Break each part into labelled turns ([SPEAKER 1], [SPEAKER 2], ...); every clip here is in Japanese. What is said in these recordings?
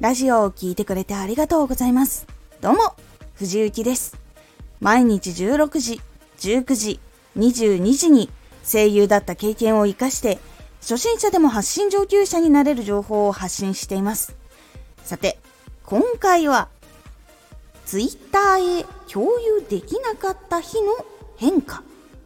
[SPEAKER 1] ラジオを聞いてくれてありがとうございます。どうも、藤幸です。毎日16時、19時、22時に声優だった経験を生かして、初心者でも発信上級者になれる情報を発信しています。さて、今回は、Twitter へ共有できなかった日の変化。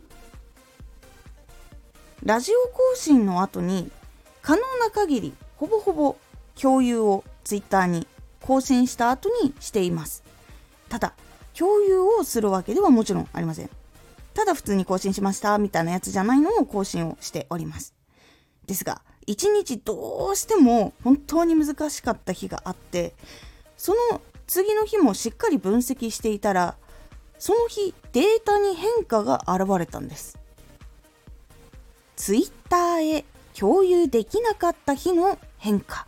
[SPEAKER 1] ラジオ更新の後に、可能な限り、ほぼほぼ共有をTwitter に更新した後にしています。ただ、共有をするわけではもちろんありません。ただ普通に更新しましたみたいなやつじゃないのを更新をしております。ですが、一日どうしても本当に難しかった日があって、その次の日もしっかり分析していたら、その日データに変化が現れたんです。Twitter へ共有できなかった日の変化。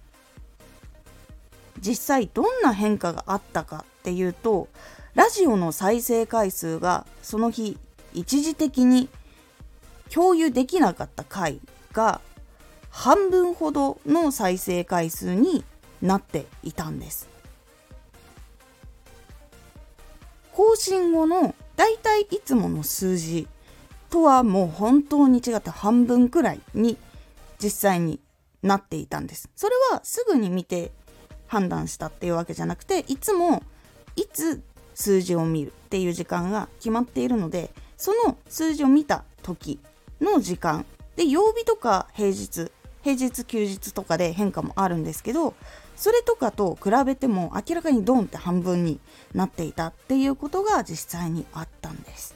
[SPEAKER 1] 実際どんな変化があったかっていうと、ラジオの再生回数がその日一時的に共有できなかった回が半分ほどの再生回数になっていたんです。更新後のだいたいいつもの数字とはもう本当に違って半分くらいに実際になっていたんです。それはすぐに見て判断したっていうわけじゃなくて、いつもいつ数字を見るっていう時間が決まっているので、その数字を見た時の時間で、曜日とか平日休日とかで変化もあるんですけど、それとかと比べても明らかにドンって半分になっていたっていうことが実際にあったんです。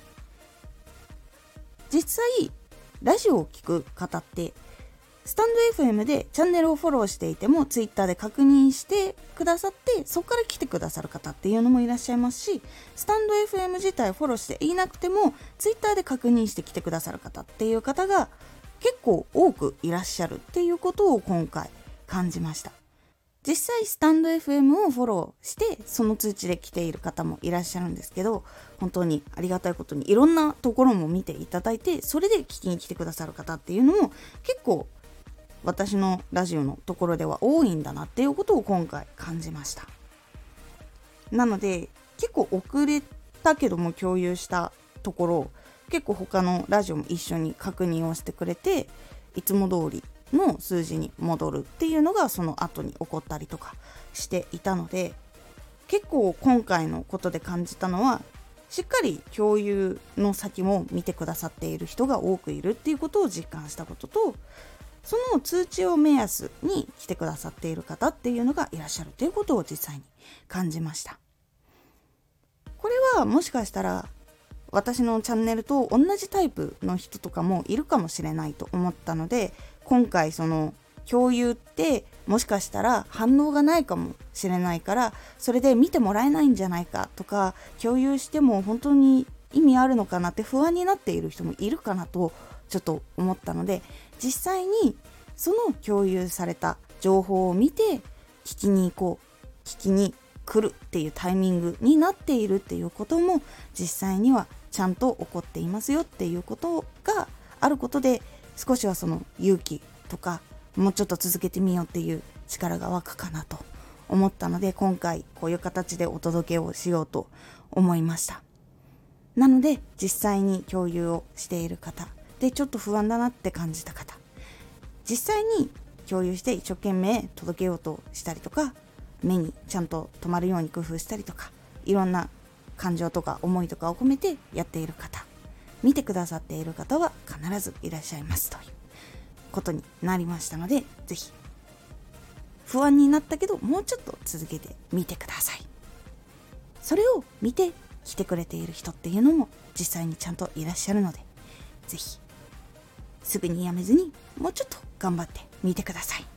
[SPEAKER 1] 実際ラジオを聞く方ってスタンド FM でチャンネルをフォローしていてもツイッターで確認してくださって、そこから来てくださる方っていうのもいらっしゃいますし、スタンド FM 自体フォローしていなくてもツイッターで確認して来てくださる方っていう方が結構多くいらっしゃるっていうことを今回感じました。実際スタンド FM をフォローしてその通知で来ている方もいらっしゃるんですけど、本当にありがたいことにいろんなところも見ていただいて、それで聞きに来てくださる方っていうのも結構私のラジオのところでは多いんだなっていうことを今回感じました。なので結構遅れたけども共有したところ、結構他のラジオも一緒に確認をしてくれて、いつも通りの数字に戻るっていうのがその後に起こったりとかしていたので、結構今回のことで感じたのは、しっかり共有の先も見てくださっている人が多くいるっていうことを実感したことと、その通知を目安に来てくださっている方っていうのがいらっしゃるということを実際に感じました。これはもしかしたら私のチャンネルと同じタイプの人とかもいるかもしれないと思ったので、今回その共有ってもしかしたら反応がないかもしれないから、それで見てもらえないんじゃないかとか、共有しても本当に意味あるのかなって不安になっている人もいるかなとちょっと思ったので、実際にその共有された情報を見て聞きに来るっていうタイミングになっているっていうことも実際にはちゃんと起こっていますよっていうことがあることで、少しはその勇気とかもうちょっと続けてみようっていう力が湧くかなと思ったので、今回こういう形でお届けをしようと思いました。なので実際に共有をしている方で、ちょっと不安だなって感じた方、実際に共有して一生懸命届けようとしたりとか、目にちゃんと留まるように工夫したりとか、いろんな感情とか思いとかを込めてやっている方、見てくださっている方は必ずいらっしゃいますということになりましたので、ぜひ不安になったけどもうちょっと続けてみてください。それを見て来てくれている人っていうのも実際にちゃんといらっしゃるので、ぜひすぐにやめずにもうちょっと頑張ってみてください。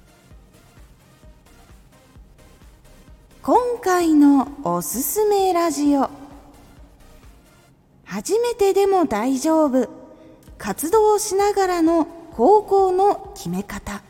[SPEAKER 1] 今回のおすすめラジオ、初めてでも大丈夫、活動をしながらの方向の決め方。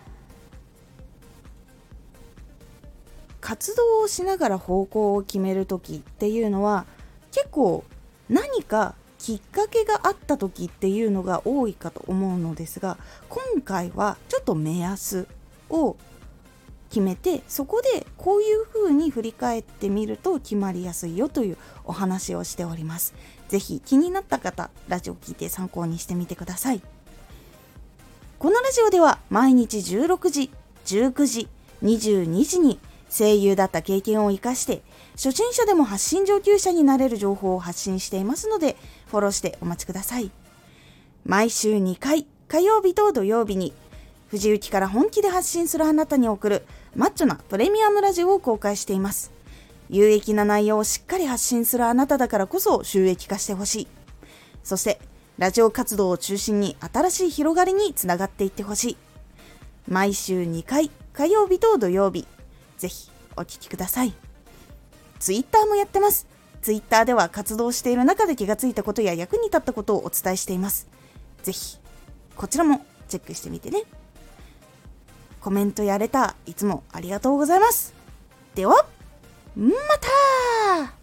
[SPEAKER 1] 活動をしながら方向を決めるときっていうのは、結構何かきっかけがあったときっていうのが多いかと思うのですが、今回はちょっと目安を決めて、そこでこういう風に振り返ってみると決まりやすいよというお話をしております。ぜひ気になった方、ラジオ聞いて参考にしてみてください。このラジオでは毎日16時、19時、22時に声優だった経験を生かして初心者でも発信上級者になれる情報を発信していますので、フォローしてお待ちください。毎週2回、火曜日と土曜日に藤雪から本気で発信するあなたに送るマッチョなプレミアムラジオを公開しています。有益な内容をしっかり発信するあなただからこそ収益化してほしい。そしてラジオ活動を中心に新しい広がりにつながっていってほしい。毎週2回、火曜日と土曜日、ぜひお聞きください。ツイッターもやってます。ツイッターでは活動している中で気がついたことや役に立ったことをお伝えしています。ぜひこちらもチェックしてみてね。コメントやレターいつもありがとうございます。ではまた。